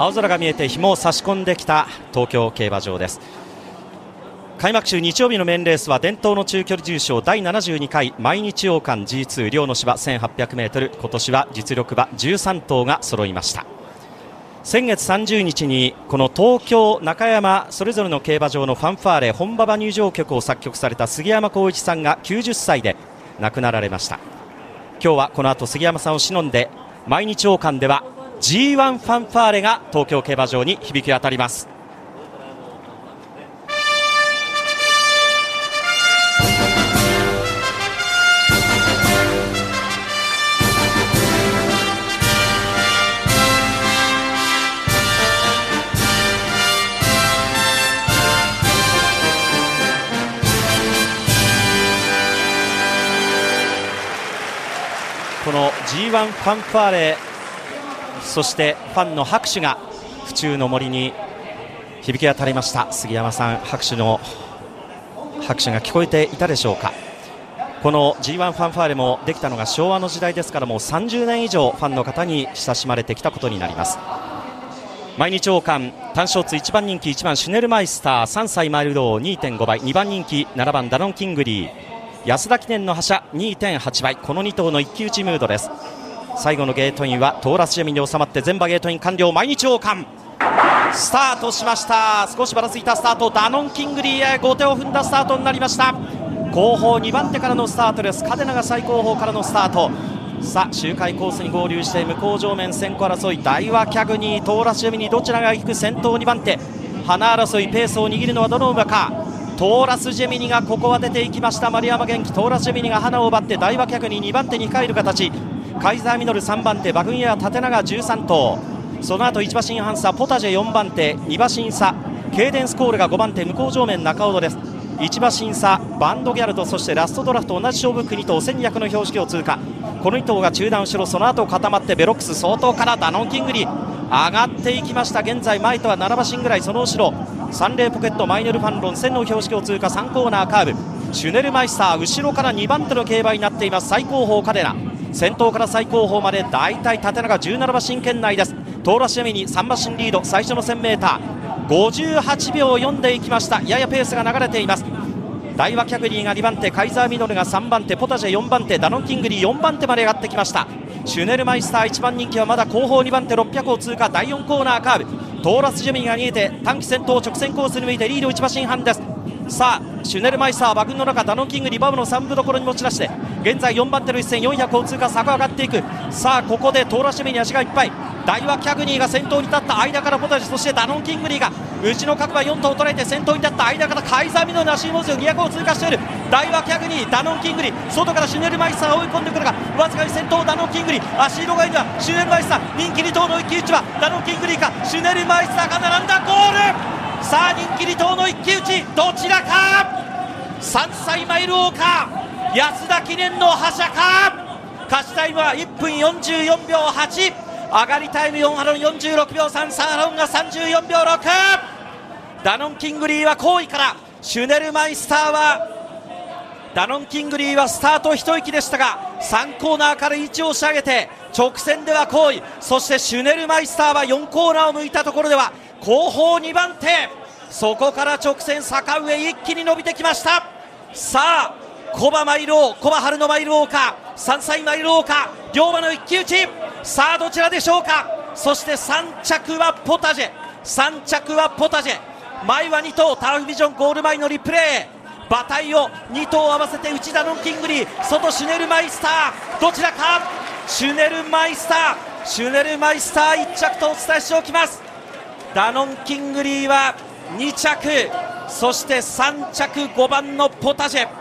青空が見えて日も差し込んできた東京競馬場です。開幕週日曜日のメインレースは伝統の中距離重賞第72回毎日王冠 G2 両の芝 1800m、 今年は実力馬13頭が揃いました。先月30日にこの東京中山それぞれの競馬場のファンファーレ本馬場入場曲を作曲された杉山浩一さんが90歳で亡くなられました。今日はこの後杉山さんを偲んで毎日王冠では G1 ファンファーレが東京競馬場に響き渡ります。この G1 ファンファーレ、そしてファンの拍手が府中の森に響き渡りました。杉山さん、拍手が聞こえていたでしょうか。この G1 ファンファーレもできたのが昭和の時代ですからもう30年以上ファンの方に親しまれてきたことになります。毎日王冠単勝通1番人気1番シュネルマイスター、3歳マイルド 2.5 倍、2番人気7番ダノンキングリー、安田記念の覇者 2.8 倍、この2頭の一騎打ちムードです。最後のゲートインはトーラスジェミに収まって全馬ゲートイン完了。毎日王冠スタートしました。少しばらついたスタート、ダノンキングリーへ後手を踏んだスタートになりました。後方2番手からのスタートです。カデナが最後方からのスタート。さあ周回コースに合流して向こう上面先行争い、大和キャグニートーラスジェミにどちらが行く、先頭2番手花争い、ペースを握るのはどの馬か。トーラスジェミニがここは出ていきました。丸山元気、トーラスジェミニが花を奪って大和客に2番手に控える形。カイザーミノル3番手、バグンエア縦長13頭、その後1馬身半差ポタジェ4番手、2馬身差ケイデンスコールが5番手、向こう上面中尾戸です。1馬身差バンドギャルとそしてラストドラフト同じ勝負国と戦略の標識を通過。この2頭が中段後ろ、その後固まってベロックス相当からダノンキングに上がっていきました。現在前とは7馬身ぐらい、その後ろサンレーポケットマイネルファンロン線の標識を通過、3コーナーカーブシュネルマイスター後ろから2番手の競馬になっています。最後方カデナ、先頭から最後方までだいたい縦長17馬身圏内です。トーラスジェミニ3馬身リード、最初の 1000m 58秒4でいきました。ややペースが流れています。大和キャグリーが2番手、カイザーミノルが3番手、ポタジェ4番手、ダノンキングリー4番手まで上がってきました。シュネルマイスター1番人気はまだ後方2番手600を通過、第4コーナーカーブトーラスジェミニが逃げて短期先頭直線コースに向いてリード1馬身半です。さあシュネルマイスター馬群の中、ダノンキングリバブの3分どころに持ち出して現在4番手の一戦400を通過、坂上がっていく。さあここでトーラスジェミニ足がいっぱい、大和キャグニーが先頭に立った間からポタジェ、そしてダノンキングリーが内の各馬4頭を捉えて先頭に立った間からカイザーミノルの足に持つよ200を通過している。大和キャグニー、ダノンキングリー、外からシュネルマイスターが追い込んでくるがわずかに先頭ダノンキングリー、足色がいるのはシュネルマイスター、人気2頭の一騎打ちはダノンキングリーかシュネルマイスターが並んだゴール。さあ人気2頭の一騎打ちどちらか、3歳マイル王か安田記念の覇者か。勝ちタイムは1分44秒8、上がりタイム4ハロン46秒3、3ハロンが34秒6。ダノンキングリーは後位から、シュネルマイスターはダノンキングリーはスタート一息でしたが3コーナーから位置を仕上げて直線では後位、そしてシュネルマイスターは4コーナーを向いたところでは後方2番手、そこから直線坂上一気に伸びてきました。さあコバマイル王、コバ春のマイル王か3歳マイル王か、両馬の一騎打ち、さあどちらでしょうか。そして3着はポタジェ、3着はポタジェ、前は2頭ターフビジョンゴール前のリプレイ、馬体を2頭合わせて内ダノンキングリー、外シュネルマイスター、どちらかシュネルマイスター、シュネルマイスター1着とお伝えしておきます。ダノンキングリーは2着、そして3着5番のポタジェ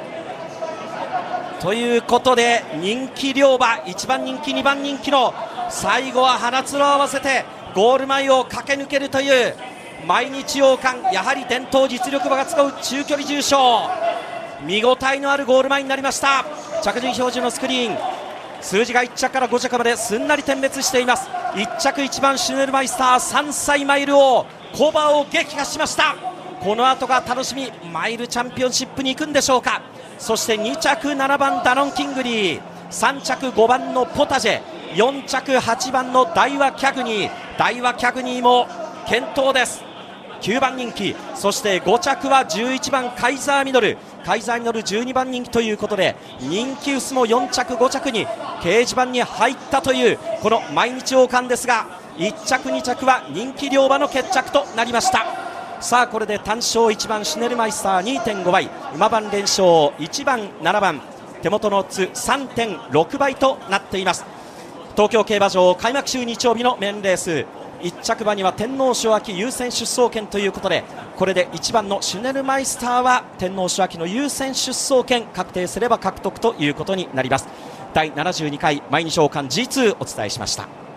ということで人気両馬、1番人気2番人気の最後は花つろ合わせてゴール前を駆け抜けるという毎日王冠、やはり伝統実力馬が使う中距離重賞、見応えのあるゴール前になりました。着順表示のスクリーン、数字が1着から5着まですんなり点滅しています。1着1番シュネルマイスター、3歳マイル王コバを撃破しました。この後が楽しみ、マイルチャンピオンシップに行くんでしょうか。そして2着7番ダノンキングリー、3着5番のポタジェ、 4着8番のダイワキャグニーも健闘です。9番人気、そして5着は11番カイザーミノル12番人気ということで、人気薄も4着5着に掲示板に入ったというこの毎日王冠ですが、1着2着は人気両馬の決着となりました。さあこれで単勝1番シュネルマイスター 2.5 倍、馬番連勝1番7番手元の図 3.6 倍となっています。東京競馬場開幕週日曜日のメインレース、1着馬には天皇賞優先出走権ということで、これで1番のシュネルマイスターは天皇賞の優先出走権確定すれば獲得ということになります。第72回毎日王冠 G2 お伝えしました。